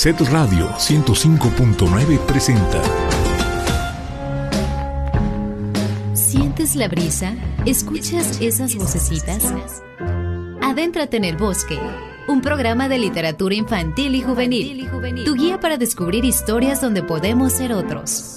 Set Radio 105.9 presenta. ¿Sientes la brisa? ¿Escuchas esas vocecitas? Adéntrate en el bosque, un programa de literatura infantil y juvenil, tu guía para descubrir historias donde podemos ser otros.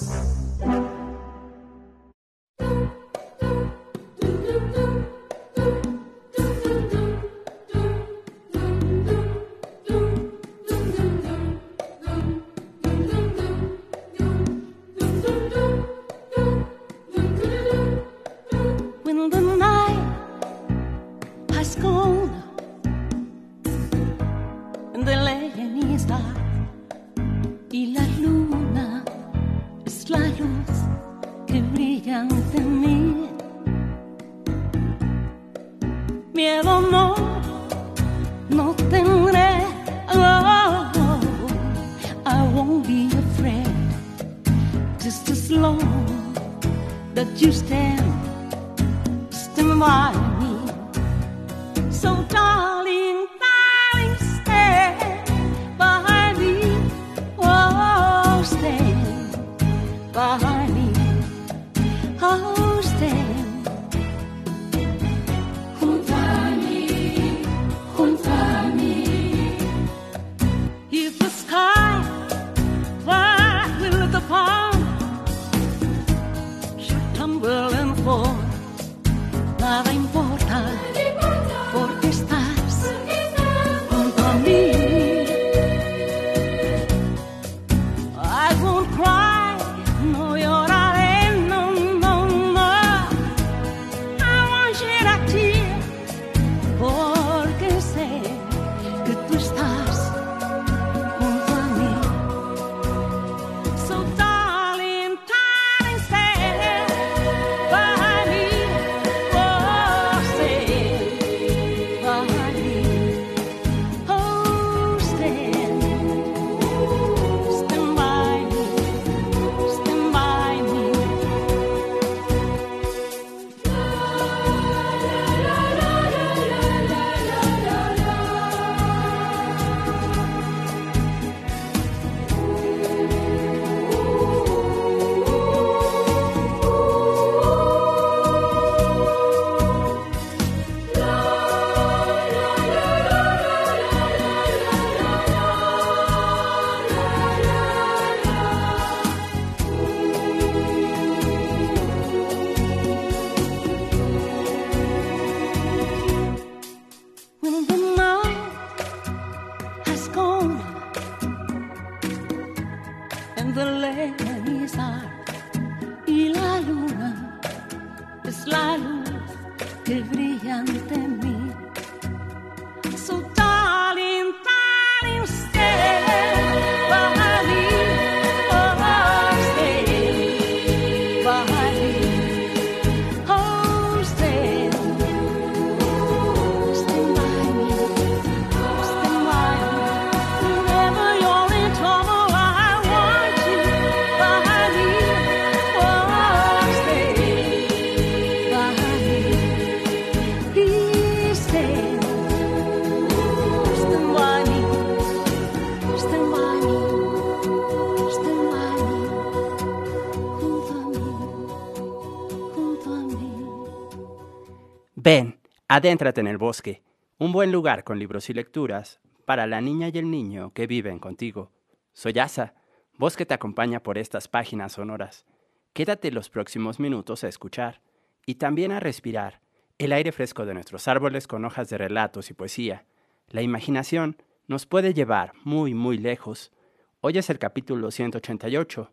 Ven, adéntrate en el bosque, un buen lugar con libros y lecturas para la niña y el niño que viven contigo. Soy Asa, voz que te acompaña por estas páginas sonoras. Quédate los próximos minutos a escuchar y también a respirar el aire fresco de nuestros árboles con hojas de relatos y poesía. La imaginación nos puede llevar muy, muy lejos. Hoy es el capítulo 188,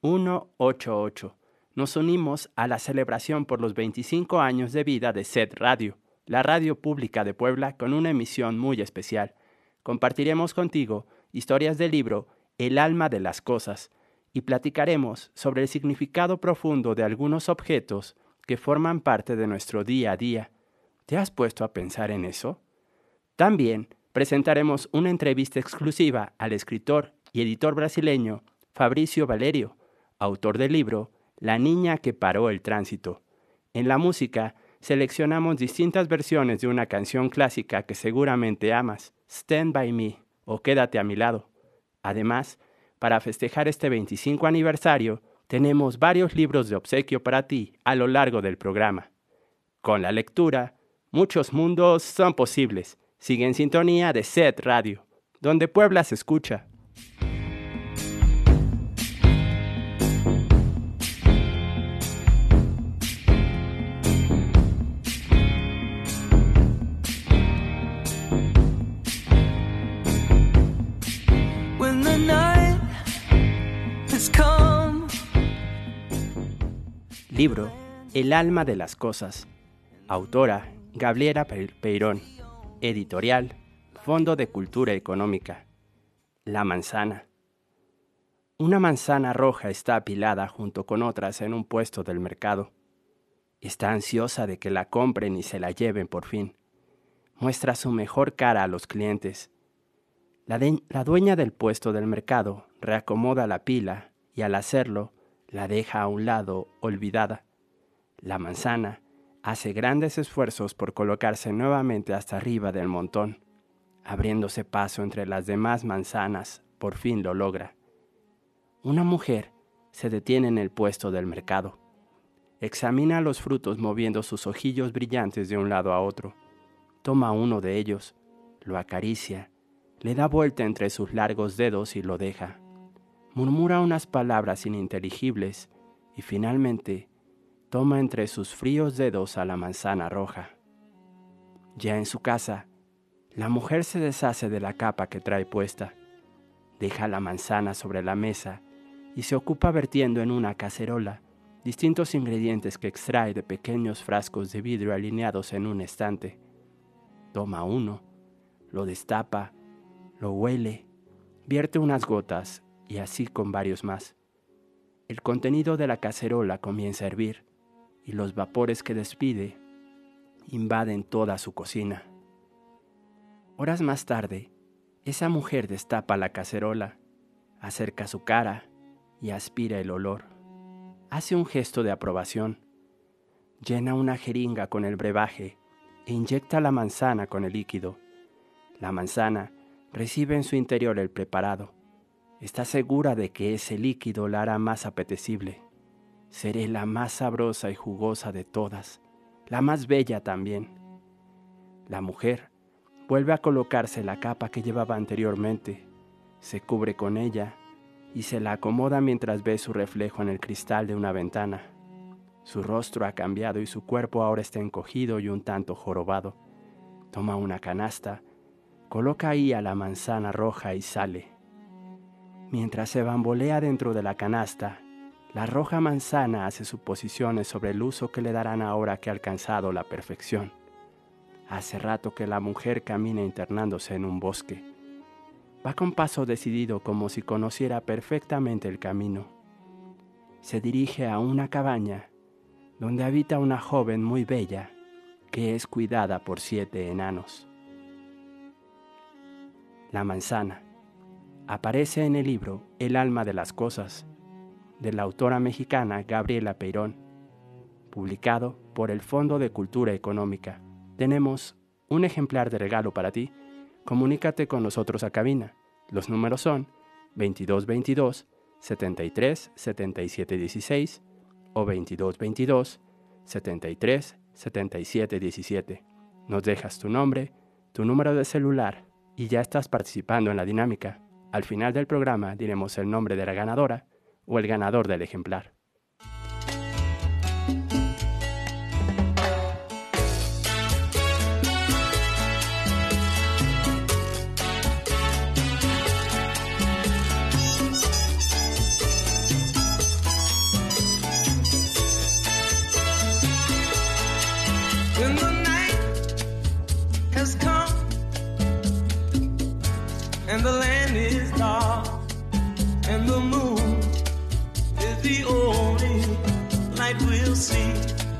188. Nos unimos a la celebración por los 25 años de vida de Set Radio, la radio pública de Puebla, con una emisión muy especial. Compartiremos contigo historias del libro El alma de las cosas y platicaremos sobre el significado profundo de algunos objetos que forman parte de nuestro día a día. ¿Te has puesto a pensar en eso? También presentaremos una entrevista exclusiva al escritor y editor brasileño Fabrício Valerio, autor del libro La niña que paró el tránsito. En la música, seleccionamos distintas versiones de una canción clásica que seguramente amas, Stand By Me o Quédate a mi lado. Además, para festejar este 25 aniversario, tenemos varios libros de obsequio para ti a lo largo del programa. Con la lectura, muchos mundos son posibles. Sigue en sintonía de SET Radio, donde Puebla se escucha. Libro El alma de las cosas. Autora Gabriela Peirón. Editorial Fondo de Cultura Económica. La manzana. Una manzana roja está apilada junto con otras en un puesto del mercado. Está ansiosa de que la compren y se la lleven por fin. Muestra su mejor cara a los clientes. La dueña del puesto del mercado reacomoda la pila y al hacerlo la deja a un lado olvidada. La manzana hace grandes esfuerzos por colocarse nuevamente hasta arriba del montón. Abriéndose paso entre las demás manzanas, por fin lo logra. Una mujer se detiene en el puesto del mercado. Examina los frutos moviendo sus ojillos brillantes de un lado a otro. Toma uno de ellos, lo acaricia, le da vuelta entre sus largos dedos y lo deja. Murmura unas palabras ininteligibles y finalmente toma entre sus fríos dedos a la manzana roja. Ya en su casa, la mujer se deshace de la capa que trae puesta, deja la manzana sobre la mesa y se ocupa vertiendo en una cacerola distintos ingredientes que extrae de pequeños frascos de vidrio alineados en un estante. Toma uno, lo destapa, lo huele, vierte unas gotas y así con varios más. El contenido de la cacerola comienza a hervir y los vapores que despide invaden toda su cocina. Horas más tarde, esa mujer destapa la cacerola, acerca su cara y aspira el olor. Hace un gesto de aprobación, llena una jeringa con el brebaje e inyecta la manzana con el líquido. La manzana recibe en su interior el preparado. Está segura de que ese líquido la hará más apetecible. Seré la más sabrosa y jugosa de todas, la más bella también. La mujer vuelve a colocarse la capa que llevaba anteriormente, se cubre con ella y se la acomoda mientras ve su reflejo en el cristal de una ventana. Su rostro ha cambiado y su cuerpo ahora está encogido y un tanto jorobado. Toma una canasta, coloca ahí a la manzana roja y sale. Mientras se bambolea dentro de la canasta, la roja manzana hace suposiciones sobre el uso que le darán ahora que ha alcanzado la perfección. Hace rato que la mujer camina internándose en un bosque. Va con paso decidido como si conociera perfectamente el camino. Se dirige a una cabaña donde habita una joven muy bella que es cuidada por 7 enanos. La manzana aparece en el libro El alma de las cosas, de la autora mexicana Gabriela Peirón, publicado por el Fondo de Cultura Económica. Tenemos un ejemplar de regalo para ti. Comunícate con nosotros a cabina. Los números son 2222 73 77 16 o 2222 73 77 17. Nos dejas tu nombre, tu número de celular y ya estás participando en la dinámica. Al final del programa diremos el nombre de la ganadora o el ganador del ejemplar. When the night has come and the land is dark and the moon is the only light we'll see.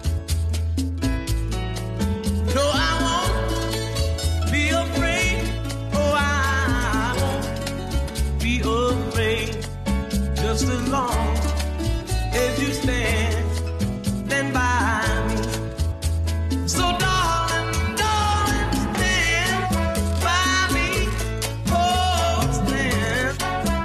No, I won't be afraid. Oh, I won't be afraid. Just as long as you stand by me. So darling, darling, stand by me. Oh, stand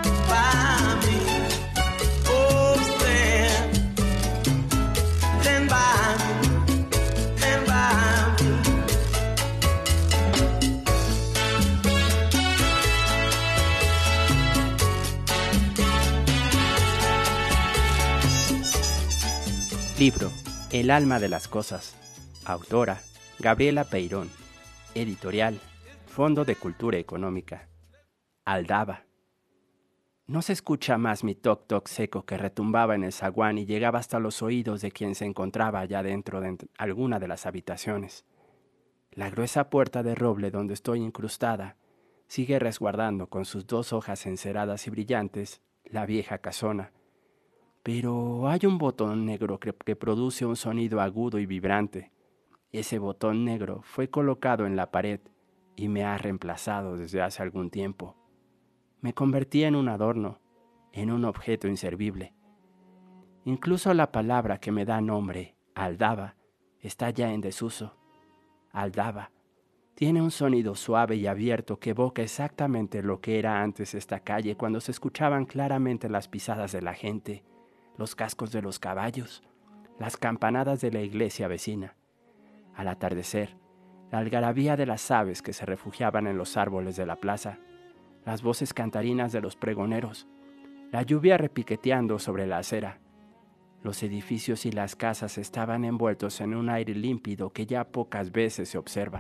Libro El alma de las cosas. Autora Gabriela Peirón. Editorial Fondo de Cultura Económica. Aldaba. No se escucha más mi toc-toc seco que retumbaba en el zaguán y llegaba hasta los oídos de quien se encontraba allá dentro de alguna de las habitaciones. La gruesa puerta de roble donde estoy incrustada sigue resguardando con sus 2 hojas enceradas y brillantes la vieja casona. Pero hay un botón negro que produce un sonido agudo y vibrante. Ese botón negro fue colocado en la pared y me ha reemplazado desde hace algún tiempo. Me convertí en un adorno, en un objeto inservible. Incluso la palabra que me da nombre, aldaba, está ya en desuso. Aldaba tiene un sonido suave y abierto que evoca exactamente lo que era antes esta calle cuando se escuchaban claramente las pisadas de la gente, los cascos de los caballos, las campanadas de la iglesia vecina. Al atardecer, la algarabía de las aves que se refugiaban en los árboles de la plaza, las voces cantarinas de los pregoneros, la lluvia repiqueteando sobre la acera. Los edificios y las casas estaban envueltos en un aire límpido que ya pocas veces se observa.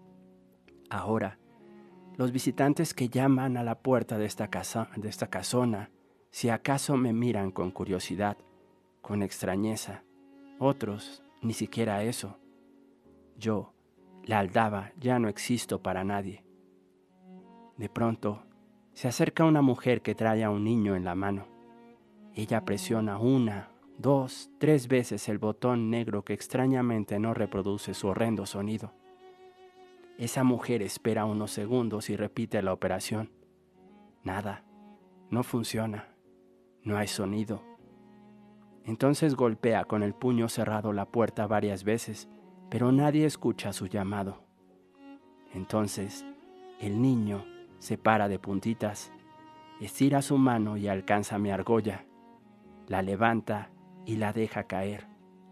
Ahora, los visitantes que llaman a la puerta de esta casona, si acaso me miran con curiosidad, con extrañeza, otros ni siquiera eso. Yo, la aldaba, ya no existo para nadie. De pronto, se acerca una mujer que trae a un niño en la mano. Ella presiona 1, 2, 3 veces el botón negro que extrañamente no reproduce su horrendo sonido. Esa mujer espera unos segundos y repite la operación. Nada, no funciona. No hay sonido. Entonces golpea con el puño cerrado la puerta varias veces, pero nadie escucha su llamado. Entonces, el niño se para de puntitas, estira su mano y alcanza mi argolla, la levanta y la deja caer.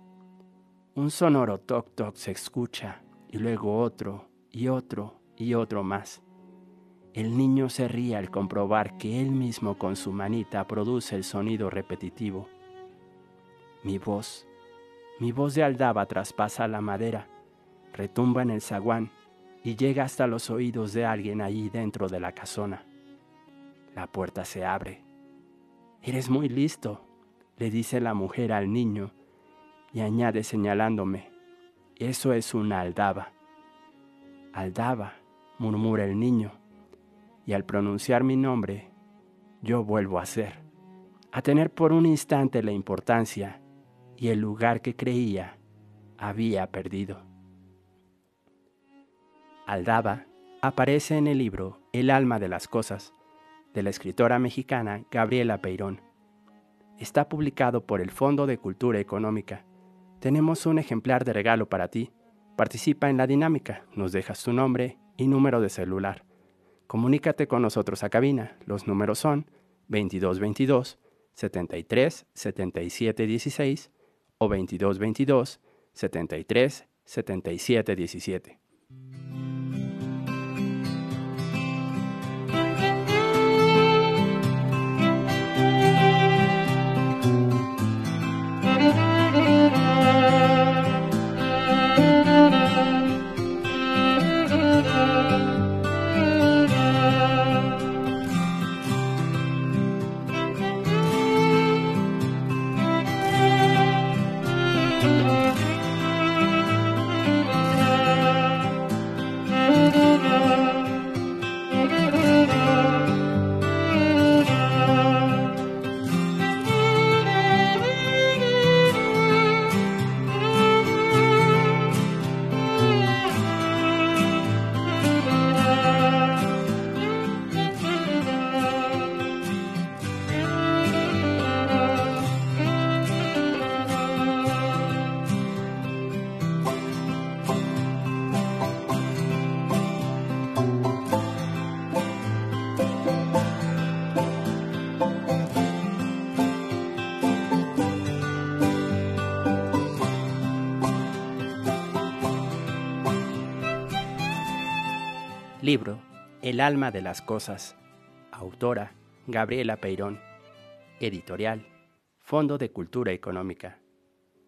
Un sonoro toc-toc se escucha, y luego otro, y otro, y otro más. El niño se ríe al comprobar que él mismo con su manita produce el sonido repetitivo. Mi voz de aldaba traspasa la madera, retumba en el zaguán y llega hasta los oídos de alguien allí dentro de la casona. La puerta se abre. «Eres muy listo», le dice la mujer al niño y añade señalándome, «Eso es una aldaba». «Aldaba», murmura el niño. Y al pronunciar mi nombre, yo vuelvo a tener por un instante la importancia y el lugar que creía había perdido. Aldaba aparece en el libro El alma de las cosas, de la escritora mexicana Gabriela Peirón. Está publicado por el Fondo de Cultura Económica. Tenemos un ejemplar de regalo para ti. Participa en la dinámica, nos dejas tu nombre y número de celular. Comunícate con nosotros a cabina. Los números son 2222 73 77 16 o 2222 73 77 17. Libro El alma de las cosas. Autora Gabriela Peirón. Editorial Fondo de Cultura Económica.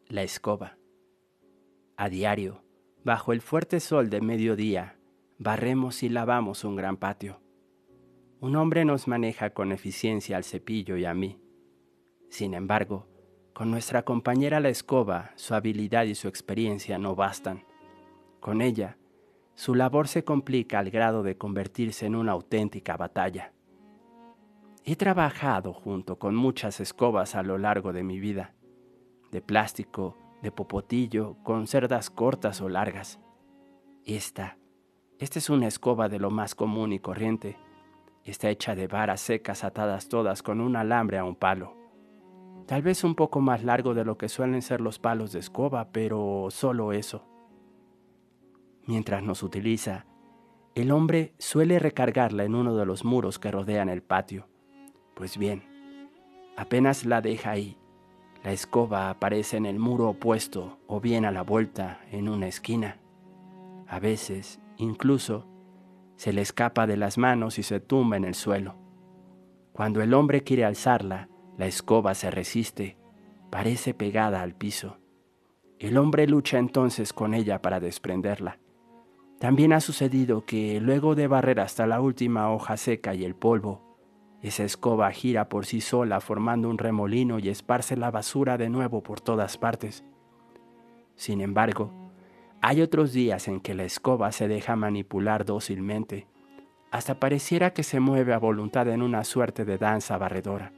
La escoba. A diario, bajo el fuerte sol de mediodía, barremos y lavamos un gran patio. Un hombre nos maneja con eficiencia al cepillo y a mí. Sin embargo, con nuestra compañera la escoba, su habilidad y su experiencia no bastan. Con ella, su labor se complica al grado de convertirse en una auténtica batalla. He trabajado junto con muchas escobas a lo largo de mi vida, de plástico, de popotillo, con cerdas cortas o largas. Esta es una escoba de lo más común y corriente. Está hecha de varas secas atadas todas con un alambre a un palo. Tal vez un poco más largo de lo que suelen ser los palos de escoba, pero solo eso. Mientras nos utiliza, el hombre suele recargarla en uno de los muros que rodean el patio. Pues bien, apenas la deja ahí, la escoba aparece en el muro opuesto o bien a la vuelta en una esquina. A veces, incluso, se le escapa de las manos y se tumba en el suelo. Cuando el hombre quiere alzarla, la escoba se resiste, parece pegada al piso. El hombre lucha entonces con ella para desprenderla. También ha sucedido que, luego de barrer hasta la última hoja seca y el polvo, esa escoba gira por sí sola formando un remolino y esparce la basura de nuevo por todas partes. Sin embargo, hay otros días en que la escoba se deja manipular dócilmente, hasta pareciera que se mueve a voluntad en una suerte de danza barredora.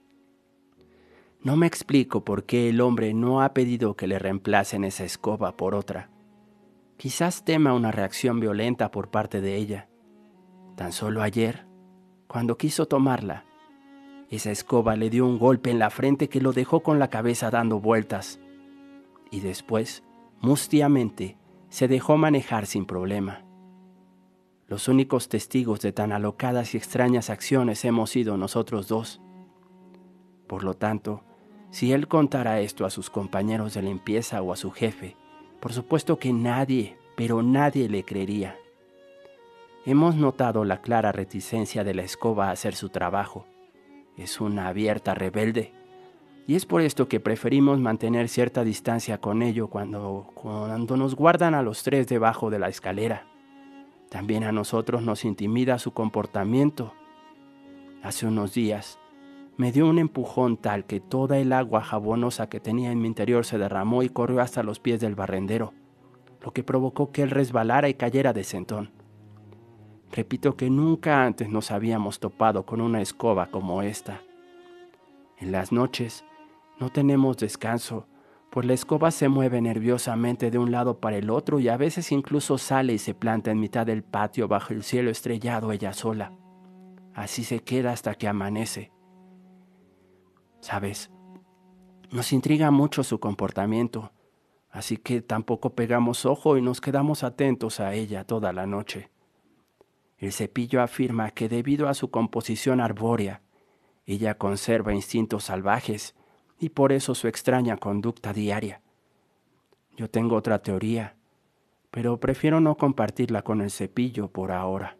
No me explico por qué el hombre no ha pedido que le reemplacen esa escoba por otra. Quizás tema una reacción violenta por parte de ella. Tan solo ayer, cuando quiso tomarla, esa escoba le dio un golpe en la frente que lo dejó con la cabeza dando vueltas. Y después, mustiamente, se dejó manejar sin problema. Los únicos testigos de tan alocadas y extrañas acciones hemos sido nosotros dos. Por lo tanto, si él contara esto a sus compañeros de limpieza o a su jefe, por supuesto que nadie, pero nadie le creería. Hemos notado la clara reticencia de la escoba a hacer su trabajo. Es una abierta rebelde. Y es por esto que preferimos mantener cierta distancia con ello cuando nos guardan a los tres debajo de la escalera. También a nosotros nos intimida su comportamiento. Hace unos días me dio un empujón tal que toda el agua jabonosa que tenía en mi interior se derramó y corrió hasta los pies del barrendero, lo que provocó que él resbalara y cayera de sentón. Repito que nunca antes nos habíamos topado con una escoba como esta. En las noches no tenemos descanso, pues la escoba se mueve nerviosamente de un lado para el otro y a veces incluso sale y se planta en mitad del patio bajo el cielo estrellado ella sola. Así se queda hasta que amanece. ¿Sabes? Nos intriga mucho su comportamiento, así que tampoco pegamos ojo y nos quedamos atentos a ella toda la noche. El cepillo afirma que debido a su composición arbórea, ella conserva instintos salvajes y por eso su extraña conducta diaria. Yo tengo otra teoría, pero prefiero no compartirla con el cepillo por ahora.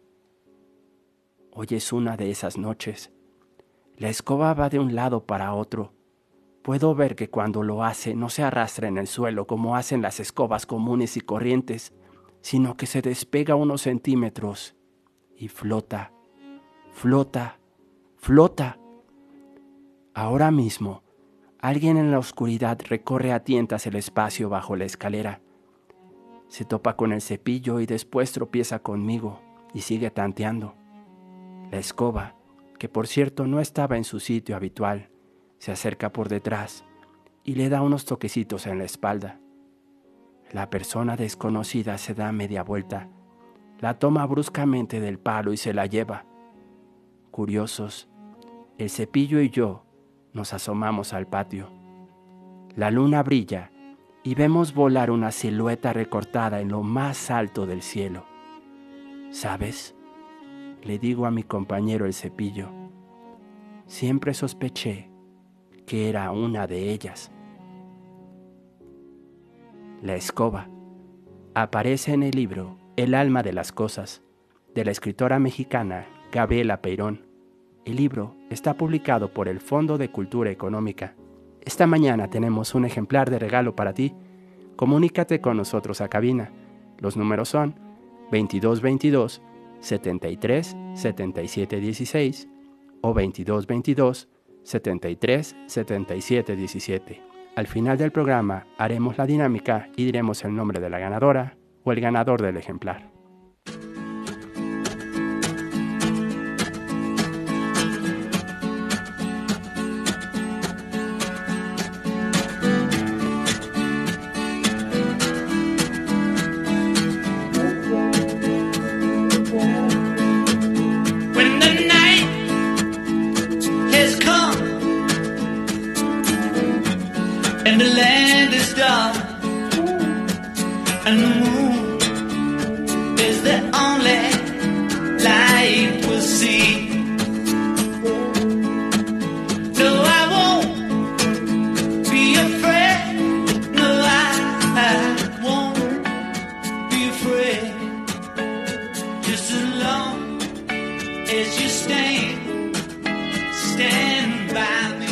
Hoy es una de esas noches. La escoba va de un lado para otro. Puedo ver que cuando lo hace no se arrastra en el suelo como hacen las escobas comunes y corrientes, sino que se despega unos centímetros y flota, flota, flota. Ahora mismo, alguien en la oscuridad recorre a tientas el espacio bajo la escalera. Se topa con el cepillo y después tropieza conmigo y sigue tanteando. La escoba, que por cierto no estaba en su sitio habitual, se acerca por detrás y le da unos toquecitos en la espalda. La persona desconocida se da media vuelta, la toma bruscamente del palo y se la lleva. Curiosos, el cepillo y yo nos asomamos al patio. La luna brilla y vemos volar una silueta recortada en lo más alto del cielo. ¿Sabes? Le digo a mi compañero el cepillo. Siempre sospeché que era una de ellas. La escoba aparece en el libro El alma de las cosas, de la escritora mexicana Gabriela Peirón. El libro está publicado por el Fondo de Cultura Económica, Esta mañana tenemos un ejemplar de regalo para ti. Comunícate con nosotros a cabina. Los números son 2222 73 77 16 o 2222 73 77 17. Al final del programa haremos la dinámica y diremos el nombre de la ganadora o el ganador del ejemplar. And the land is dark, and the moon is the only light we'll see. No, I won't be afraid. No, I won't be afraid. Just as long as you stand by me.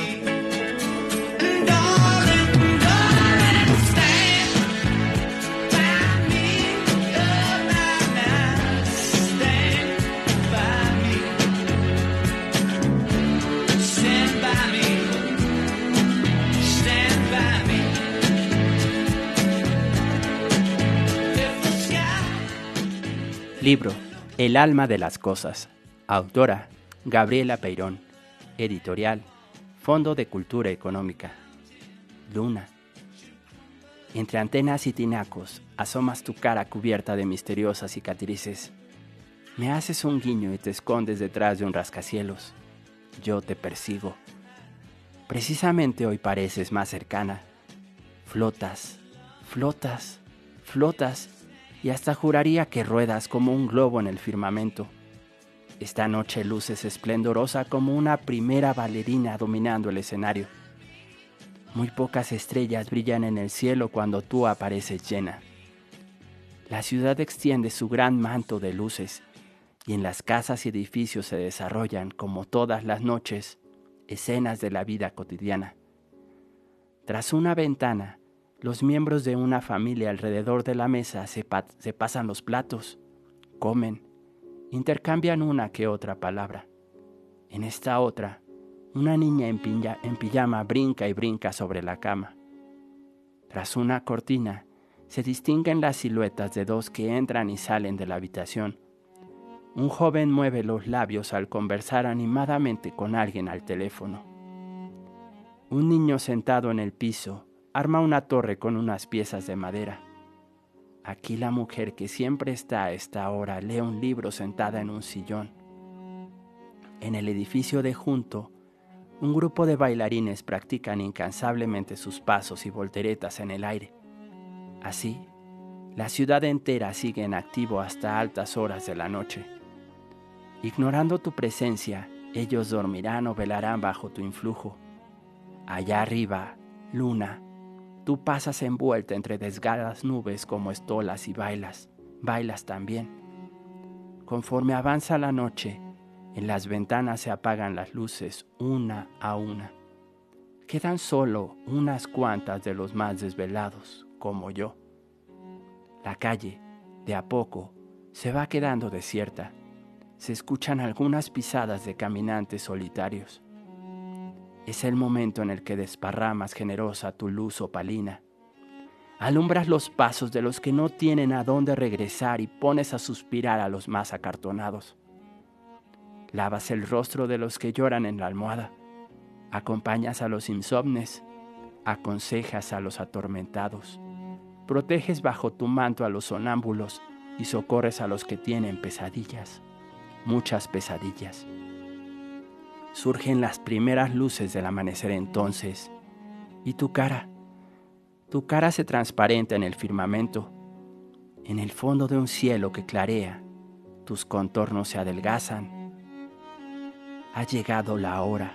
Libro El alma de las cosas. Autora Gabriela Peirón. Editorial Fondo de Cultura Económica. Luna. Entre antenas y tinacos asomas tu cara cubierta de misteriosas cicatrices. Me haces un guiño y te escondes detrás de un rascacielos. Yo te persigo. Precisamente hoy pareces más cercana. Flotas, flotas, flotas. Y hasta juraría que ruedas como un globo en el firmamento. Esta noche luces esplendorosa como una primera bailarina dominando el escenario. Muy pocas estrellas brillan en el cielo cuando tú apareces llena. La ciudad extiende su gran manto de luces y en las casas y edificios se desarrollan, como todas las noches, escenas de la vida cotidiana. Tras una ventana, los miembros de una familia alrededor de la mesa se pasan los platos, comen, intercambian una que otra palabra. En esta otra, una niña en pijama brinca y brinca sobre la cama. Tras una cortina, se distinguen las siluetas de dos que entran y salen de la habitación. Un joven mueve los labios al conversar animadamente con alguien al teléfono. Un niño sentado en el piso arma una torre con unas piezas de madera. Aquí la mujer que siempre está a esta hora lee un libro sentada en un sillón. En el edificio de junto, un grupo de bailarines practican incansablemente sus pasos y volteretas en el aire. Así, la ciudad entera sigue en activo hasta altas horas de la noche. Ignorando tu presencia, ellos dormirán o velarán bajo tu influjo. Allá arriba, luna, tú pasas envuelta entre desgarradas nubes como estolas y bailas también. Conforme avanza la noche, en las ventanas se apagan las luces una a una. Quedan solo unas cuantas de los más desvelados, como yo. La calle, de a poco, se va quedando desierta. Se escuchan algunas pisadas de caminantes solitarios. Es el momento en el que desparramas generosa tu luz opalina. Alumbras los pasos de los que no tienen a dónde regresar y pones a suspirar a los más acartonados. Lavas el rostro de los que lloran en la almohada. Acompañas a los insomnes. Aconsejas a los atormentados. Proteges bajo tu manto a los sonámbulos y socorres a los que tienen pesadillas. Muchas pesadillas. Surgen las primeras luces del amanecer entonces, y tu cara se transparenta en el firmamento. En el fondo de un cielo que clarea, tus contornos se adelgazan. Ha llegado la hora.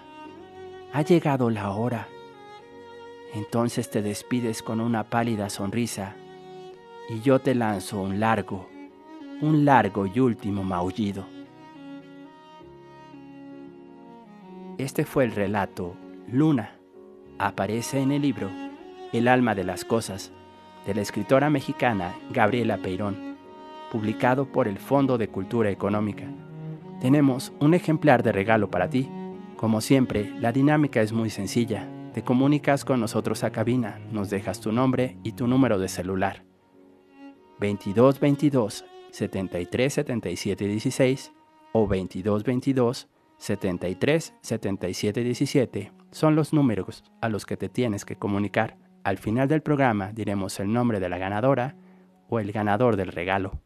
Entonces te despides con una pálida sonrisa, y yo te lanzo un largo y último maullido. Este fue el relato Luna, aparece en el libro El alma de las cosas, de la escritora mexicana Gabriela Peirón, publicado por el Fondo de Cultura Económica. Tenemos un ejemplar de regalo para ti. Como siempre, la dinámica es muy sencilla. Te comunicas con nosotros a cabina, nos dejas tu nombre y tu número de celular. 2222 73 77 16 o 2222 73 77 17 son los números a los que te tienes que comunicar. Al final del programa diremos el nombre de la ganadora o el ganador del regalo.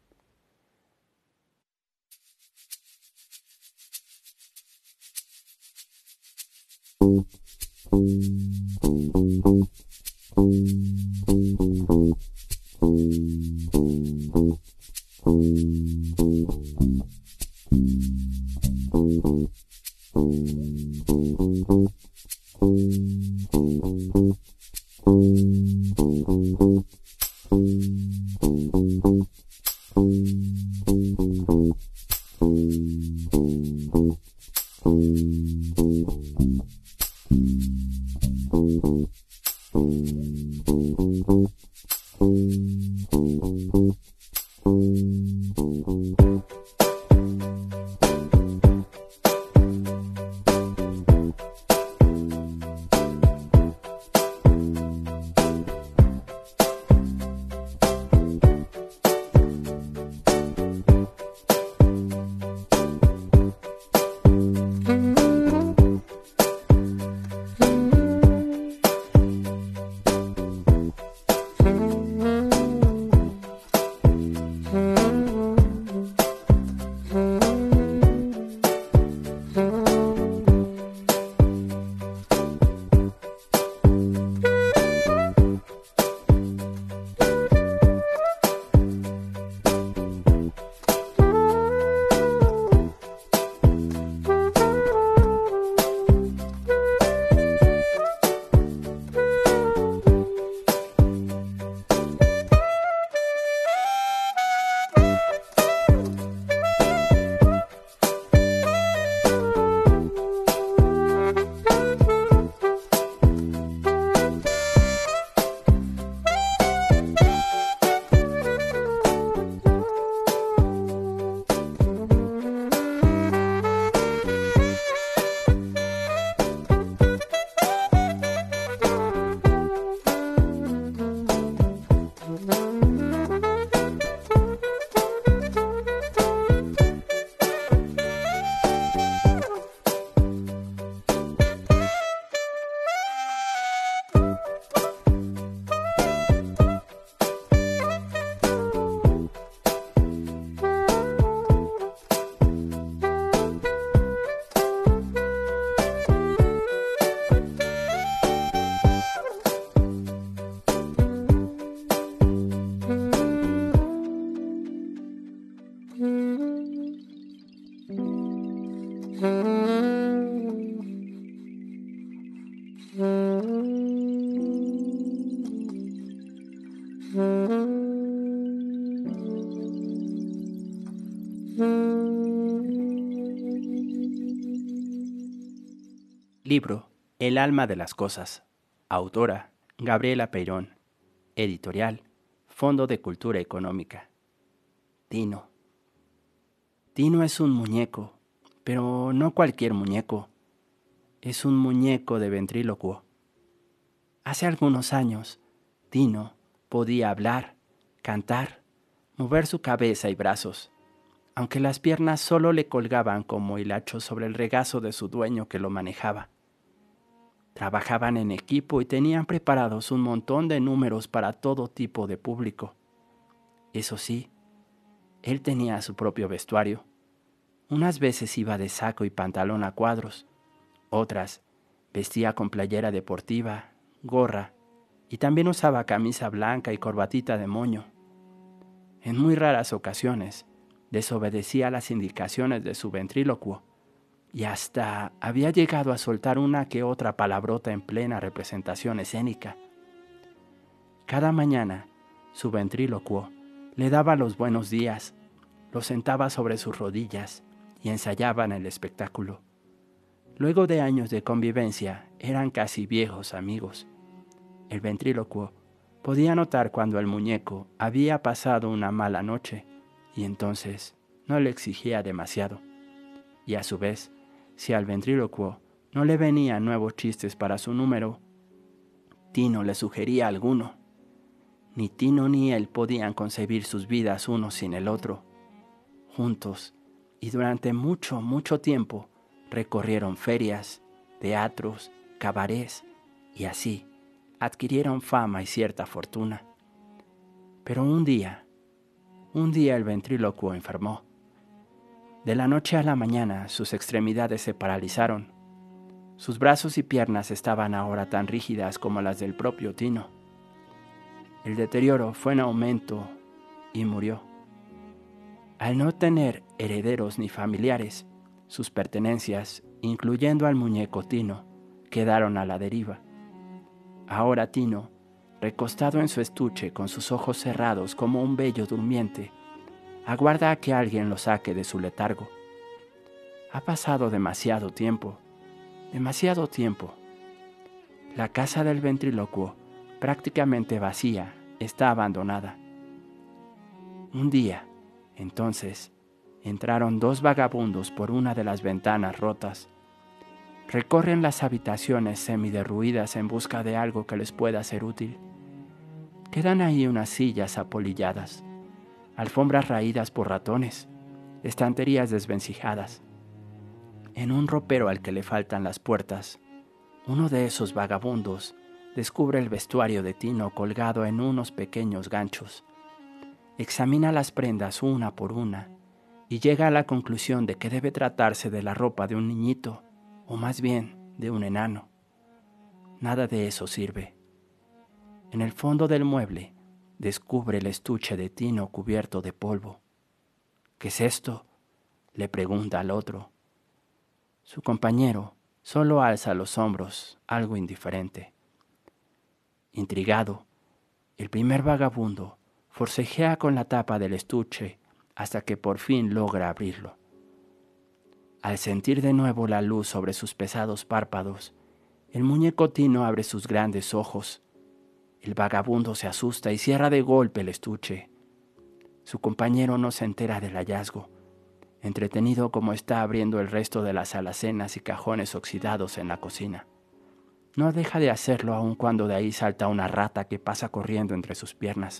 Libro El alma de las cosas. Autora Gabriela Peirón. Editorial Fondo de Cultura Económica. Tino. Tino es un muñeco, pero no cualquier muñeco. Es un muñeco de ventrílocuo. Hace algunos años, Tino podía hablar, cantar, mover su cabeza y brazos, aunque las piernas solo le colgaban como hilachos sobre el regazo de su dueño que lo manejaba. Trabajaban en equipo y tenían preparados un montón de números para todo tipo de público. Eso sí, él tenía su propio vestuario. Unas veces iba de saco y pantalón a cuadros, otras vestía con playera deportiva, gorra, y también usaba camisa blanca y corbatita de moño. En muy raras ocasiones, desobedecía las indicaciones de su ventrílocuo, y hasta había llegado a soltar una que otra palabrota en plena representación escénica. Cada mañana, su ventrílocuo le daba los buenos días, lo sentaba sobre sus rodillas y ensayaban el espectáculo. Luego de años de convivencia, eran casi viejos amigos. El ventrílocuo podía notar cuando el muñeco había pasado una mala noche y entonces no le exigía demasiado. Y a su vez, si al ventrílocuo no le venían nuevos chistes para su número, Tino le sugería alguno. Ni Tino ni él podían concebir sus vidas uno sin el otro. Juntos, y durante mucho, mucho tiempo, recorrieron ferias, teatros, cabarets, y así adquirieron fama y cierta fortuna. Pero un día el ventrílocuo enfermó. De la noche a la mañana sus extremidades se paralizaron. Sus brazos y piernas estaban ahora tan rígidas como las del propio Tino. El deterioro fue en aumento y murió. Al no tener herederos ni familiares, sus pertenencias, incluyendo al muñeco Tino, quedaron a la deriva. Ahora Tino, recostado en su estuche con sus ojos cerrados como un bello durmiente, aguarda a que alguien lo saque de su letargo. Ha pasado demasiado tiempo. La casa del ventrílocuo, prácticamente vacía, está abandonada. Un día, entonces, entraron 2 vagabundos por una de las ventanas rotas. Recorren las habitaciones semiderruidas en busca de algo que les pueda ser útil. Quedan ahí unas sillas apolilladas, alfombras raídas por ratones, estanterías desvencijadas. En un ropero al que le faltan las puertas, uno de esos vagabundos descubre el vestuario de Tino colgado en unos pequeños ganchos. Examina las prendas una por una y llega a la conclusión de que debe tratarse de la ropa de un niñito, o más bien de un enano. Nada de eso sirve. En el fondo del mueble descubre el estuche de Tino cubierto de polvo. ¿Qué es esto?, le pregunta al otro. Su compañero solo alza los hombros, algo indiferente. Intrigado, el primer vagabundo forcejea con la tapa del estuche hasta que por fin logra abrirlo. Al sentir de nuevo la luz sobre sus pesados párpados, el muñeco Tino abre sus grandes ojos. El vagabundo se asusta y cierra de golpe el estuche. Su compañero no se entera del hallazgo, entretenido como está abriendo el resto de las alacenas y cajones oxidados en la cocina. No deja de hacerlo aun cuando de ahí salta una rata que pasa corriendo entre sus piernas.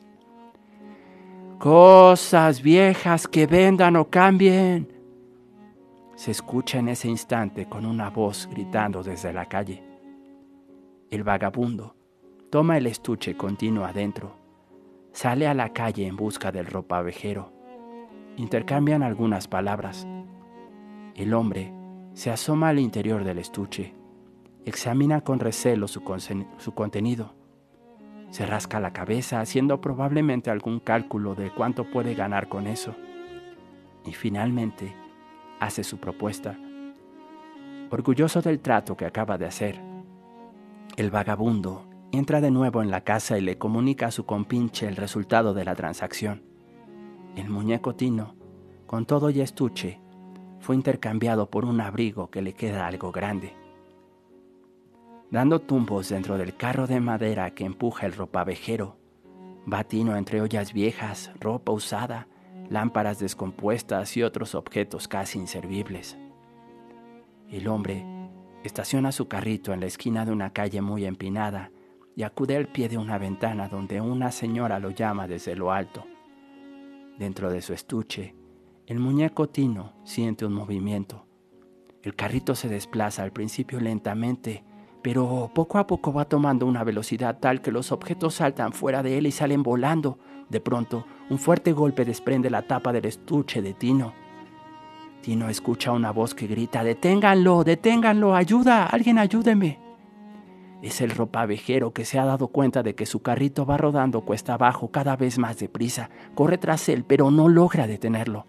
«¡Cosas viejas que vendan o cambien!», se escucha en ese instante con una voz gritando desde la calle. El vagabundo toma el estuche con Tino adentro, sale a la calle en busca del ropavejero. Intercambian algunas palabras. El hombre se asoma al interior del estuche, examina con recelo su contenido. Se rasca la cabeza haciendo probablemente algún cálculo de cuánto puede ganar con eso. Y finalmente hace su propuesta. Orgulloso del trato que acaba de hacer, el vagabundo entra de nuevo en la casa y le comunica a su compinche el resultado de la transacción. El muñeco Tino, con todo y estuche, fue intercambiado por un abrigo que le queda algo grande. Dando tumbos dentro del carro de madera que empuja el ropavejero, va Tino entre ollas viejas, ropa usada, lámparas descompuestas y otros objetos casi inservibles. El hombre estaciona su carrito en la esquina de una calle muy empinada y acude al pie de una ventana donde una señora lo llama desde lo alto. Dentro de su estuche, el muñeco Tino siente un movimiento. El carrito se desplaza al principio lentamente, pero poco a poco va tomando una velocidad tal que los objetos saltan fuera de él y salen volando. De pronto, un fuerte golpe desprende la tapa del estuche de Tino. Tino escucha una voz que grita: «¡Deténganlo! ¡Deténganlo! ¡Ayuda! ¡Alguien ayúdeme!». Es el ropavejero que se ha dado cuenta de que su carrito va rodando cuesta abajo cada vez más deprisa. Corre tras él, pero no logra detenerlo.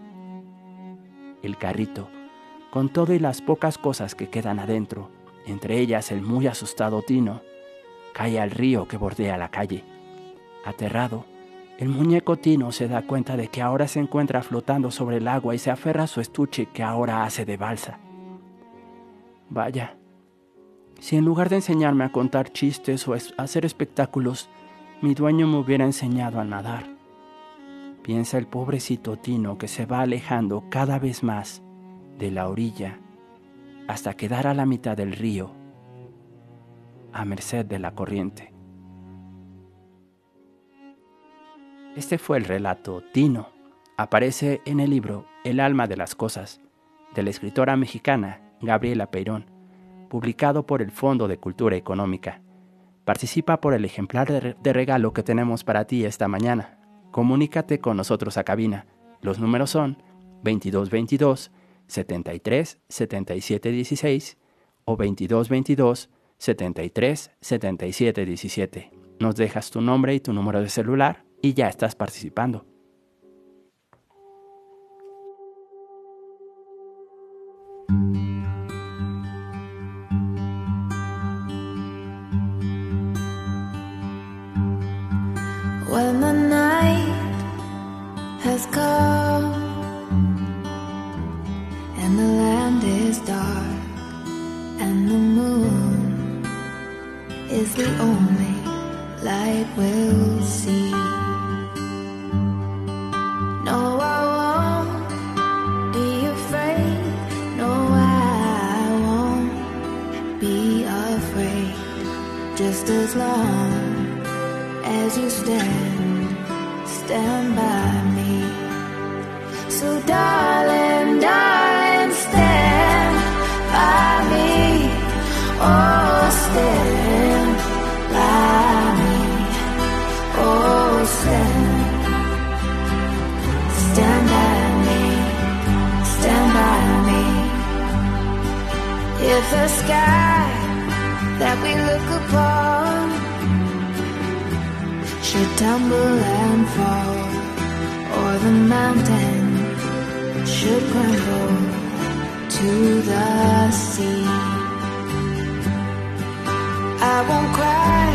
El carrito, con todo y las pocas cosas que quedan adentro, entre ellas el muy asustado Tino, cae al río que bordea la calle. Aterrado, el muñeco Tino se da cuenta de que ahora se encuentra flotando sobre el agua y se aferra a su estuche que ahora hace de balsa. Vaya, si en lugar de enseñarme a contar chistes o a hacer espectáculos, mi dueño me hubiera enseñado a nadar. Piensa el pobrecito Tino que se va alejando cada vez más de la orilla hasta quedar a la mitad del río, a merced de la corriente. Este fue el relato Tino. Aparece en el libro El alma de las cosas, de la escritora mexicana Gabriela Peirón, publicado por el Fondo de Cultura Económica. Participa por el ejemplar de regalo que tenemos para ti esta mañana. Comunícate con nosotros a cabina. Los números son 2222 73 77 16 o 2222 73 77 17. Nos dejas tu nombre y tu número de celular y ya estás participando. When the night has come and the land is dark and the moon is the only light we'll see. No, I won't be afraid. No, I won't be afraid. Just as long as you stand by me. So darling, darling, stand by me. Oh, stand by me. Oh, stand by me. Stand by me. If the sky that we look upon should tumble and fall, or the mountain should crumble to the sea, I won't cry,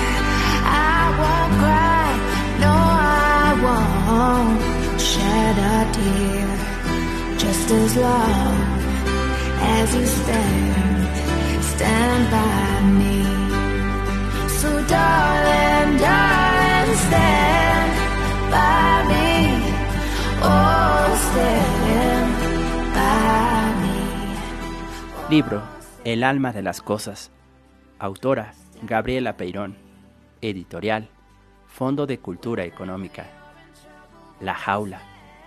no, I won't shed a tear, just as long as you stand by me. So darling, darling, stand by me. Oh, stand by me. Libro El alma de las cosas. Autora Gabriela Peirón. Editorial Fondo de Cultura Económica. La jaula.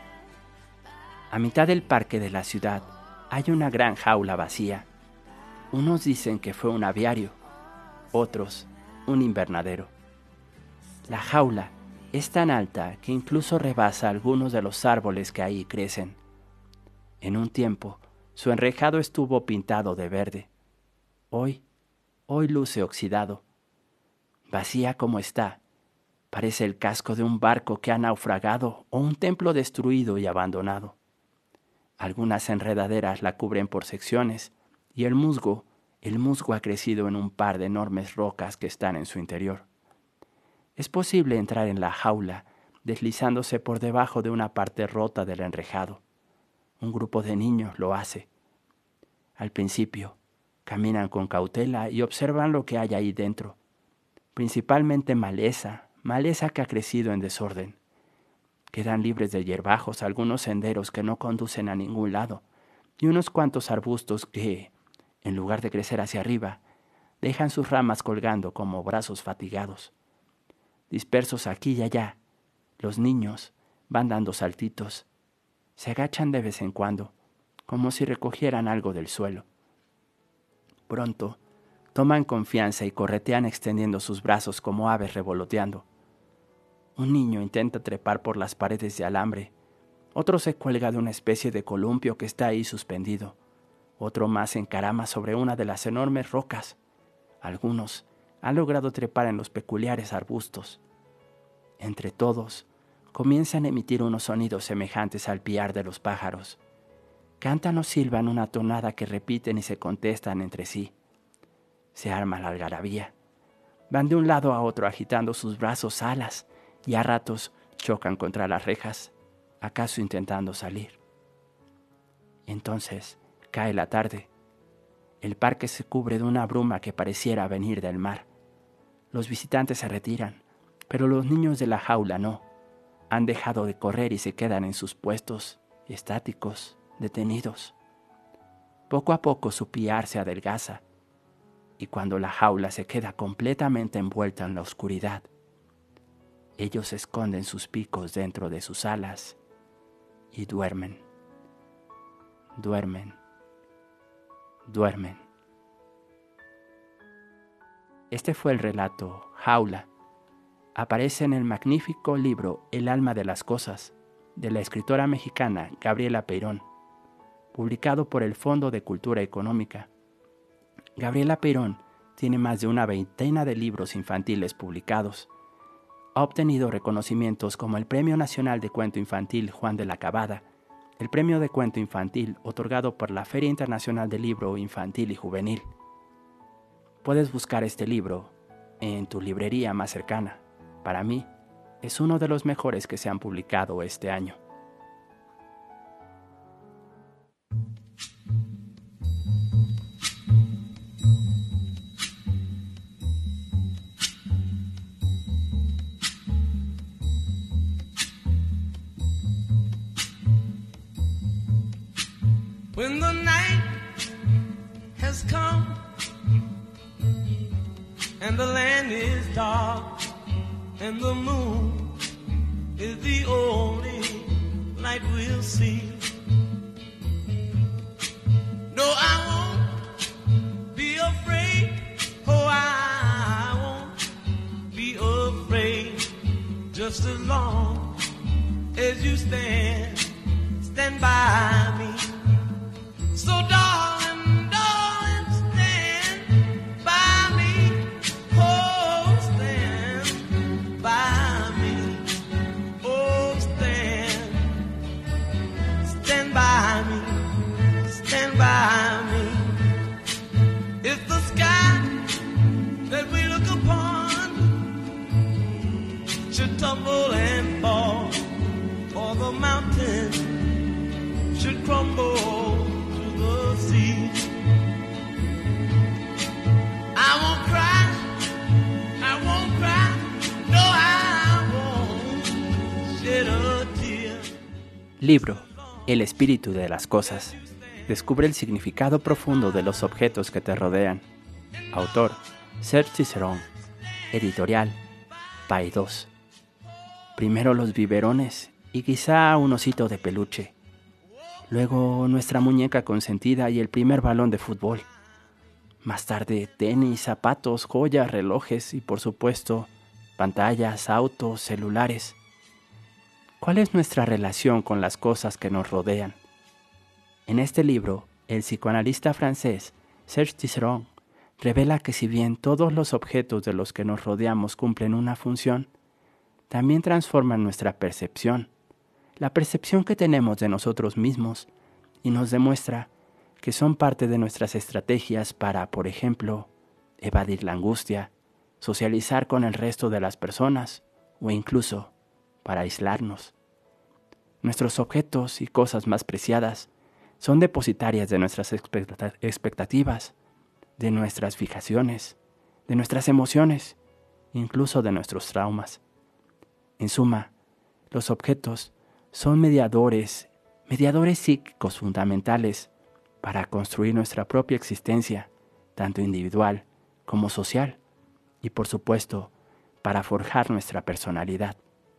A mitad del parque de la ciudad hay una gran jaula vacía. Unos dicen que fue un aviario, otros un invernadero. La jaula es tan alta que incluso rebasa algunos de los árboles que ahí crecen. En un tiempo, su enrejado estuvo pintado de verde. Hoy luce oxidado. Vacía como está, parece el casco de un barco que ha naufragado o un templo destruido y abandonado. Algunas enredaderas la cubren por secciones y el musgo ha crecido en un par de enormes rocas que están en su interior. Es posible entrar en la jaula deslizándose por debajo de una parte rota del enrejado. Un grupo de niños lo hace. Al principio, caminan con cautela y observan lo que hay ahí dentro. Principalmente maleza que ha crecido en desorden. Quedan libres de hierbajos algunos senderos que no conducen a ningún lado y unos cuantos arbustos que, en lugar de crecer hacia arriba, dejan sus ramas colgando como brazos fatigados. Dispersos aquí y allá, los niños van dando saltitos. Se agachan de vez en cuando, como si recogieran algo del suelo. Pronto, toman confianza y corretean extendiendo sus brazos como aves revoloteando. Un niño intenta trepar por las paredes de alambre. Otro se cuelga de una especie de columpio que está ahí suspendido. Otro más se encarama sobre una de las enormes rocas. Algunos han logrado trepar en los peculiares arbustos. Entre todos, comienzan a emitir unos sonidos semejantes al piar de los pájaros. Cantan o silban una tonada que repiten y se contestan entre sí. Se arma la algarabía. Van de un lado a otro agitando sus brazos alas y a ratos chocan contra las rejas, acaso intentando salir. Entonces cae la tarde. El parque se cubre de una bruma que pareciera venir del mar. Los visitantes se retiran, pero los niños de la jaula no. Han dejado de correr y se quedan en sus puestos, estáticos, detenidos. Poco a poco su piar se adelgaza, y cuando la jaula se queda completamente envuelta en la oscuridad, ellos esconden sus picos dentro de sus alas y duermen. Duermen. Duermen. Este fue el relato Jaula. Aparece en el magnífico libro El alma de las cosas, de la escritora mexicana Gabriela Peirón, publicado por el Fondo de Cultura Económica. Gabriela Peirón tiene más de una veintena de libros infantiles publicados. Ha obtenido reconocimientos como el Premio Nacional de Cuento Infantil Juan de la Cabada, el Premio de Cuento Infantil otorgado por la Feria Internacional del Libro Infantil y Juvenil. Puedes buscar este libro en tu librería más cercana. Para mí, es uno de los mejores que se han publicado este año. When the night has come and the land is dark and the moon is the only light we'll see. No, I won't be afraid. Oh, I won't be afraid. Just as long as you stand by me. So darling, darling, stand by me. Oh, stand by me. Oh, stand by me. Stand by me. If the sky that we look upon should tumble and fall, or the mountain should crumble, Libro El espíritu de las cosas. Descubre el significado profundo de los objetos que te rodean. Autor Serge Cicerón. Editorial Paidós. Primero los biberones y quizá un osito de peluche. Luego nuestra muñeca consentida y el primer balón de fútbol. Más tarde tenis, zapatos, joyas, relojes y por supuesto pantallas, autos, celulares. ¿Cuál es nuestra relación con las cosas que nos rodean? En este libro, el psicoanalista francés Serge Cicerón revela que si bien todos los objetos de los que nos rodeamos cumplen una función, también transforman nuestra percepción, la percepción que tenemos de nosotros mismos, y nos demuestra que son parte de nuestras estrategias para, por ejemplo, evadir la angustia, socializar con el resto de las personas o incluso para aislarnos. Nuestros objetos y cosas más preciadas son depositarias de nuestras expectativas, de nuestras fijaciones, de nuestras emociones, incluso de nuestros traumas. En suma, los objetos son mediadores psíquicos fundamentales para construir nuestra propia existencia, tanto individual como social, y por supuesto, para forjar nuestra personalidad.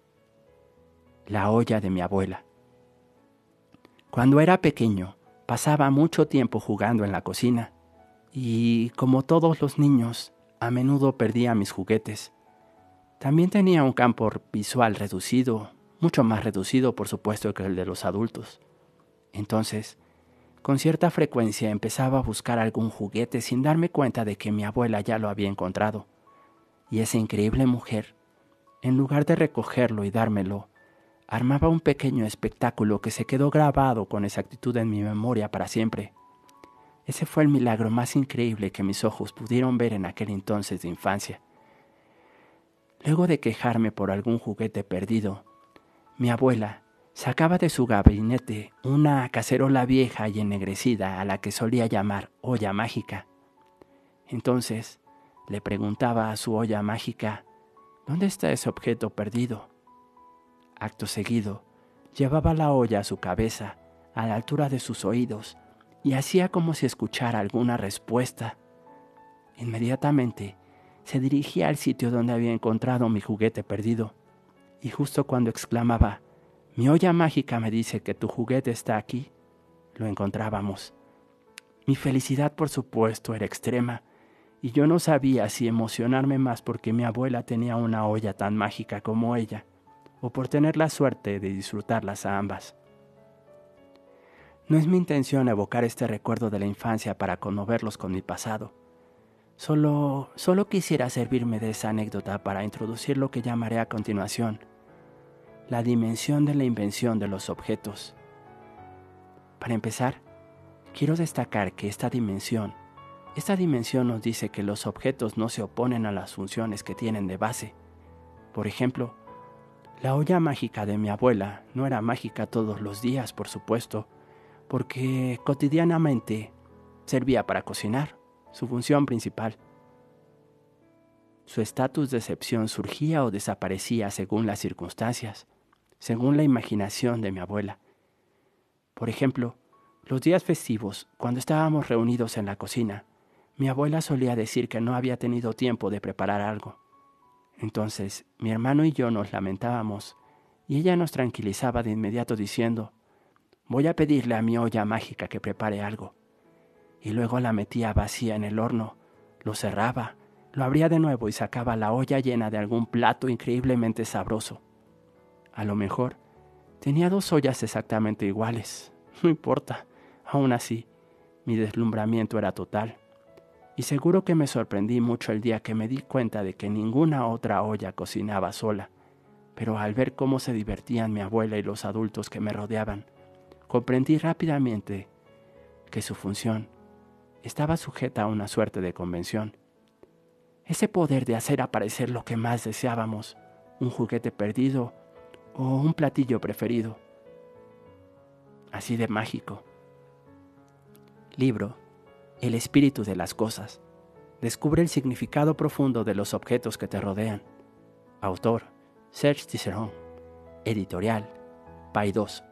La olla de mi abuela. Cuando era pequeño, pasaba mucho tiempo jugando en la cocina y, como todos los niños, a menudo perdía mis juguetes. También tenía un campo visual reducido, mucho más reducido por supuesto que el de los adultos. Entonces, con cierta frecuencia empezaba a buscar algún juguete sin darme cuenta de que mi abuela ya lo había encontrado. Y esa increíble mujer, en lugar de recogerlo y dármelo, armaba un pequeño espectáculo que se quedó grabado con exactitud en mi memoria para siempre. Ese fue el milagro más increíble que mis ojos pudieron ver en aquel entonces de infancia. Luego de quejarme por algún juguete perdido, mi abuela, Sacaba de su gabinete una cacerola vieja y ennegrecida a la que solía llamar olla mágica. Entonces le preguntaba a su olla mágica, ¿dónde está ese objeto perdido? Acto seguido, llevaba la olla a su cabeza, a la altura de sus oídos, y hacía como si escuchara alguna respuesta. Inmediatamente se dirigía al sitio donde había encontrado mi juguete perdido, y justo cuando exclamaba, «Mi olla mágica me dice que tu juguete está aquí», lo encontrábamos. Mi felicidad, por supuesto, era extrema, y yo no sabía si emocionarme más porque mi abuela tenía una olla tan mágica como ella, o por tener la suerte de disfrutarlas a ambas. No es mi intención evocar este recuerdo de la infancia para conmoverlos con mi pasado. Solo quisiera servirme de esa anécdota para introducir lo que llamaré a continuación, la dimensión de la invención de los objetos. Para empezar, quiero destacar que esta dimensión nos dice que los objetos no se oponen a las funciones que tienen de base. Por ejemplo, la olla mágica de mi abuela no era mágica todos los días, por supuesto, porque cotidianamente servía para cocinar, su función principal. Su estatus de excepción surgía o desaparecía según las circunstancias, según la imaginación de mi abuela. Por ejemplo, los días festivos, cuando estábamos reunidos en la cocina, mi abuela solía decir que no había tenido tiempo de preparar algo. Entonces, mi hermano y yo nos lamentábamos, y ella nos tranquilizaba de inmediato diciendo, «Voy a pedirle a mi olla mágica que prepare algo». Y luego la metía vacía en el horno, lo cerraba, lo abría de nuevo y sacaba la olla llena de algún plato increíblemente sabroso. A lo mejor tenía 2 ollas exactamente iguales, no importa, aún así, mi deslumbramiento era total. Y seguro que me sorprendí mucho el día que me di cuenta de que ninguna otra olla cocinaba sola, pero al ver cómo se divertían mi abuela y los adultos que me rodeaban, comprendí rápidamente que su función estaba sujeta a una suerte de convención. Ese poder de hacer aparecer lo que más deseábamos, un juguete perdido o un platillo preferido. Así de mágico. Libro El espíritu de las cosas. Descubre el significado profundo de los objetos que te rodean. Autor Serge Tisserand. Editorial Paidós.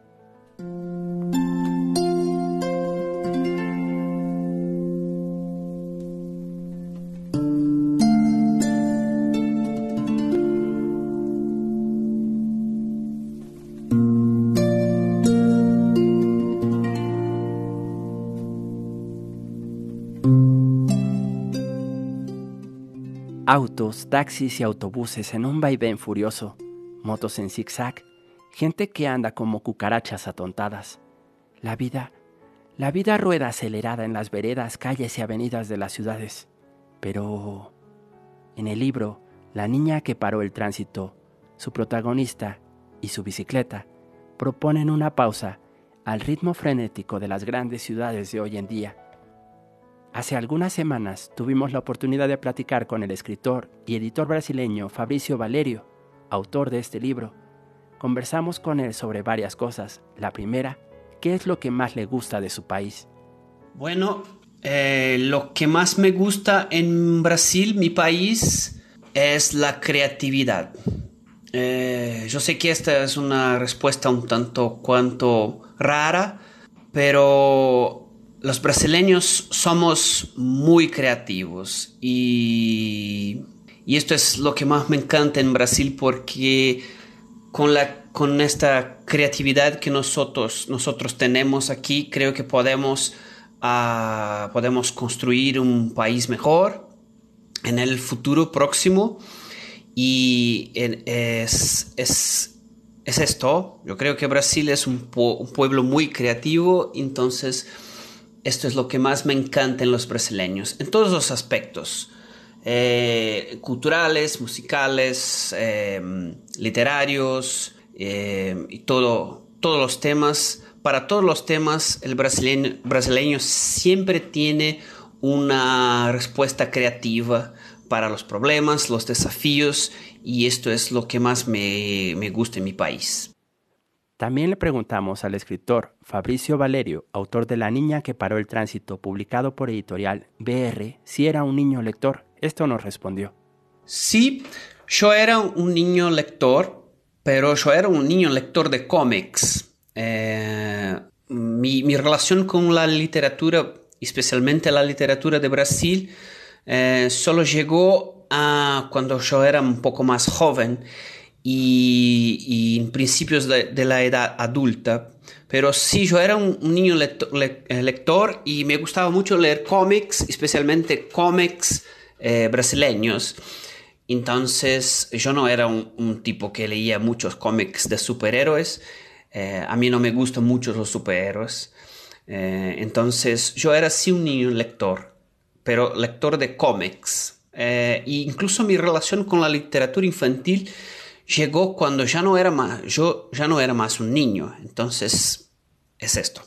Autos, taxis y autobuses en un vaivén furioso, motos en zigzag, gente que anda como cucarachas atontadas. La vida rueda acelerada en las veredas, calles y avenidas de las ciudades. Pero en el libro, La niña que paró el tránsito, su protagonista y su bicicleta proponen una pausa al ritmo frenético de las grandes ciudades de hoy en día. Hace algunas semanas tuvimos la oportunidad de platicar con el escritor y editor brasileño Fabrício Valerio, autor de este libro. Conversamos con él sobre varias cosas. La primera, ¿qué es lo que más le gusta de su país? Bueno, lo que más me gusta en Brasil, mi país, es la creatividad. Yo sé que esta es una respuesta un tanto cuanto rara, pero los brasileños somos muy creativos y esto es lo que más me encanta en Brasil porque con esta creatividad que nosotros tenemos aquí, creo que podemos construir un país mejor en el futuro próximo y es esto. Yo creo que Brasil es un pueblo muy creativo, entonces esto es lo que más me encanta en los brasileños, en todos los aspectos, culturales, musicales, literarios y todos los temas. Para todos los temas, el brasileño siempre tiene una respuesta creativa para los problemas, los desafíos, y esto es lo que más me gusta en mi país. También le preguntamos al escritor Fabricio Valerio, autor de La niña que paró el tránsito, publicado por editorial BR, si era un niño lector. Esto nos respondió. Sí, yo era un niño lector, pero yo era un niño lector de cómics. Mi relación con la literatura, especialmente la literatura de Brasil, solo llegó a cuando yo era un poco más joven y en principios de la edad adulta. Pero sí, yo era un niño lector y me gustaba mucho leer cómics, especialmente cómics brasileños. Entonces yo no era un tipo que leía muchos cómics de superhéroes. A mí no me gustan mucho los superhéroes. Entonces yo era sí un niño lector, pero lector de cómics. E incluso mi relación con la literatura infantil llegó cuando yo ya no era más un niño. Entonces es esto.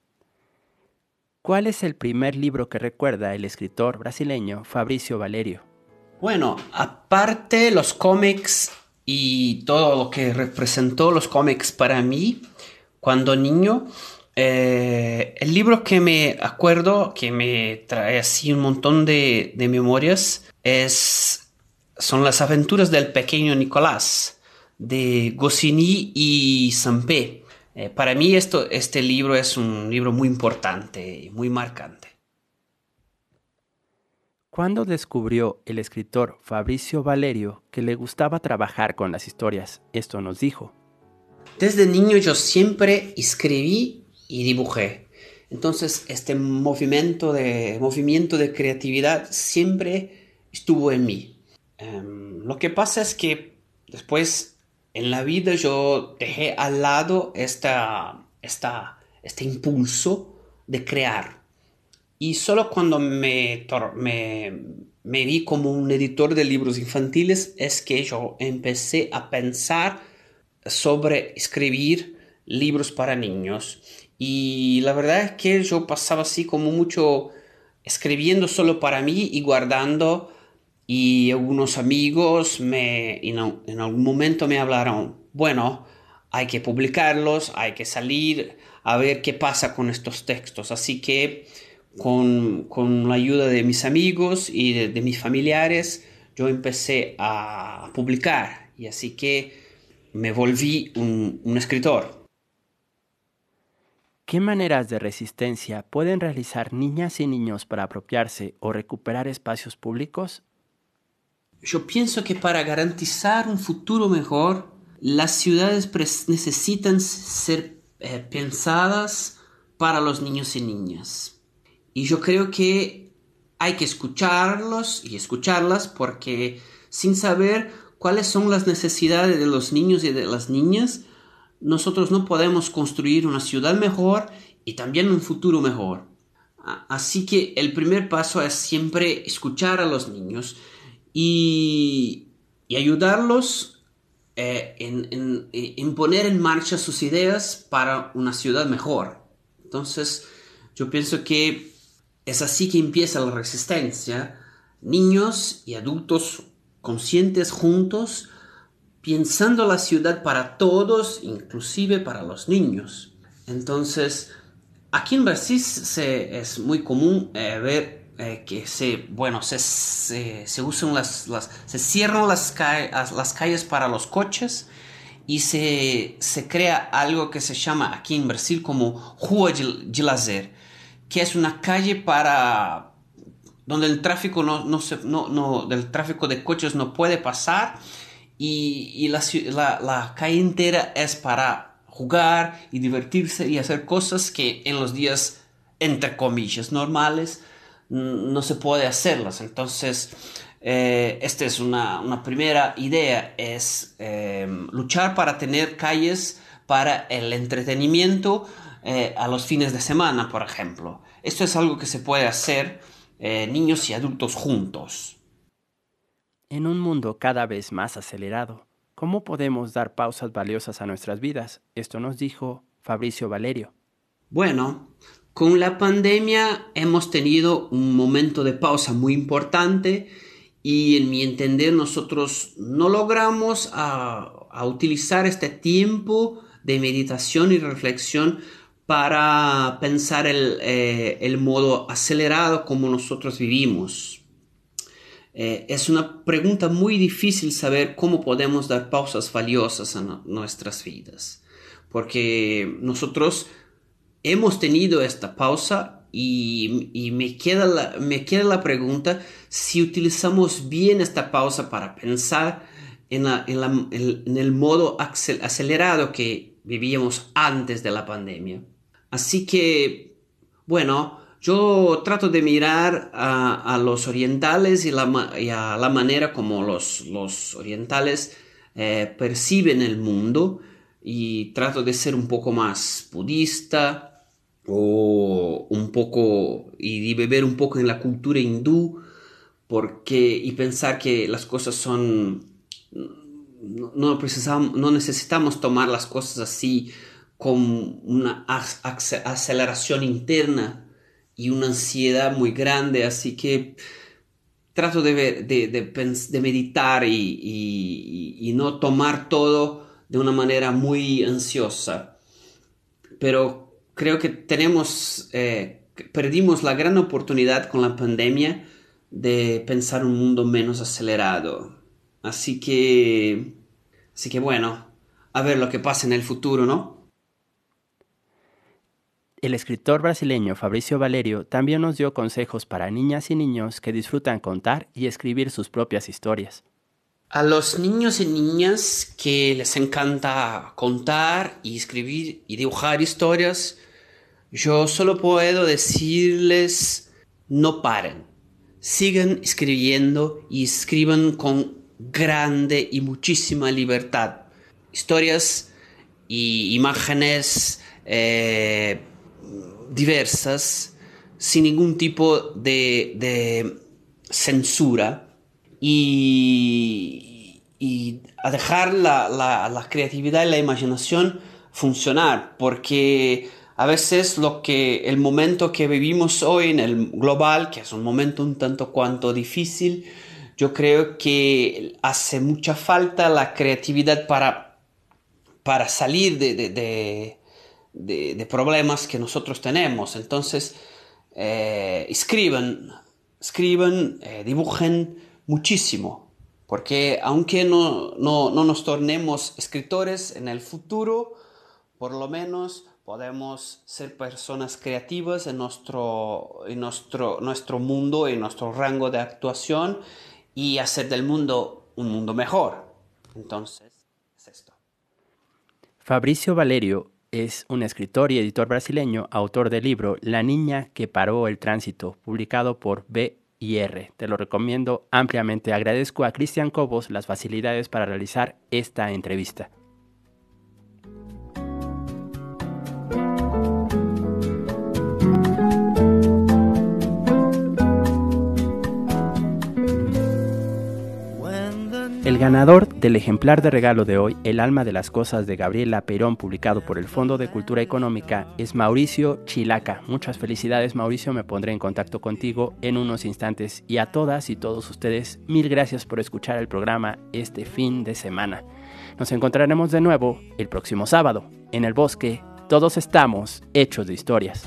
¿Cuál es el primer libro que recuerda el escritor brasileño Fabricio Valerio? Bueno, aparte los cómics y todo lo que representó los cómics para mí cuando niño, el libro que me acuerdo, que me trae así un montón de memorias, son Las aventuras del pequeño Nicolás, de Goscinny y Sampé. Para mí este libro es un libro muy importante y muy marcante. ¿Cuándo descubrió el escritor Fabricio Valerio que le gustaba trabajar con las historias? Esto nos dijo. Desde niño yo siempre escribí y dibujé. Entonces este movimiento de creatividad siempre estuvo en mí. Lo que pasa es que después en la vida yo dejé al lado este impulso de crear. Y solo cuando me vi como un editor de libros infantiles es que yo empecé a pensar sobre escribir libros para niños. Y la verdad es que yo pasaba así como mucho escribiendo solo para mí y guardando. Y algunos amigos en algún momento me hablaron, bueno, hay que publicarlos, hay que salir a ver qué pasa con estos textos. Así que con la ayuda de mis amigos y de mis familiares, yo empecé a publicar y así que me volví un escritor. ¿Qué maneras de resistencia pueden realizar niñas y niños para apropiarse o recuperar espacios públicos? Yo pienso que para garantizar un futuro mejor, las ciudades necesitan ser pensadas para los niños y niñas. Y yo creo que hay que escucharlos y escucharlas porque sin saber cuáles son las necesidades de los niños y de las niñas, nosotros no podemos construir una ciudad mejor y también un futuro mejor. Así que el primer paso es siempre escuchar a los niños y ayudarlos en poner en marcha sus ideas para una ciudad mejor. Entonces, yo pienso que es así que empieza la resistencia. Niños y adultos conscientes juntos, pensando la ciudad para todos, inclusive para los niños. Entonces, aquí en Brasil es muy común ver que se usan se cierran las calles para los coches y se crea algo que se llama aquí en Brasil como Rua de Lazer, que es una calle donde el tráfico del tráfico de coches no puede pasar y la calle entera es para jugar y divertirse y hacer cosas que en los días, entre comillas, normales no se puede hacerlas. Entonces, esta es una primera idea, es luchar para tener calles para el entretenimiento a los fines de semana, por ejemplo. Esto es algo que se puede hacer niños y adultos juntos. En un mundo cada vez más acelerado, ¿cómo podemos dar pausas valiosas a nuestras vidas? Esto nos dijo Fabricio Valerio. Bueno, con la pandemia hemos tenido un momento de pausa muy importante y en mi entender nosotros no logramos a utilizar este tiempo de meditación y reflexión para pensar el modo acelerado como nosotros vivimos. Es una pregunta muy difícil saber cómo podemos dar pausas valiosas a nuestras vidas, porque nosotros hemos tenido esta pausa y me queda la pregunta si utilizamos bien esta pausa para pensar en el modo acelerado que vivíamos antes de la pandemia. Así que, bueno, yo trato de mirar a los orientales y a la manera como los orientales perciben el mundo, y trato de ser un poco más budista y de beber un poco en la cultura hindú, y pensar que las cosas son... No necesitamos tomar las cosas así con una aceleración interna y una ansiedad muy grande. Así que trato de meditar y no tomar todo de una manera muy ansiosa. Pero creo que perdimos la gran oportunidad con la pandemia de pensar un mundo menos acelerado. Así que bueno, a ver lo que pasa en el futuro, ¿no? El escritor brasileño Fabrício Valerio también nos dio consejos para niñas y niños que disfrutan contar y escribir sus propias historias. A los niños y niñas que les encanta contar y escribir y dibujar historias, yo solo puedo decirles: no paren, sigan escribiendo y escriban con grande y muchísima libertad. Historias y imágenes diversas, sin ningún tipo de censura, y a dejar la creatividad y la imaginación funcionar, porque a veces el momento que vivimos hoy en el global, que es un momento un tanto cuanto difícil, yo creo que hace mucha falta la creatividad para salir de problemas que nosotros tenemos. Entonces, escriban, dibujen muchísimo, porque aunque no nos tornemos escritores en el futuro, por lo menos podemos ser personas creativas en nuestro mundo, en nuestro rango de actuación, y hacer del mundo un mundo mejor. Entonces, es esto. Fabrício Valerio es un escritor y editor brasileño, autor del libro La niña que paró el tránsito, publicado por B&R. Te lo recomiendo ampliamente. Agradezco a Cristian Cobos las facilidades para realizar esta entrevista. El ganador del ejemplar de regalo de hoy, El alma de las cosas de Gabriela Peirón, publicado por el Fondo de Cultura Económica, es Mauricio Chilaca. Muchas felicidades, Mauricio, me pondré en contacto contigo en unos instantes. Y a todas y todos ustedes, mil gracias por escuchar el programa este fin de semana. Nos encontraremos de nuevo el próximo sábado. En el bosque, todos estamos hechos de historias.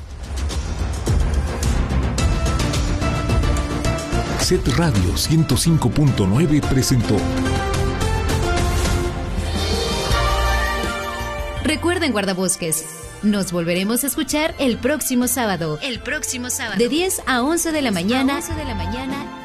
Set Radio 105.9 presentó. Recuerden, guardabosques, nos volveremos a escuchar el próximo sábado. De 10 a 11 de la mañana.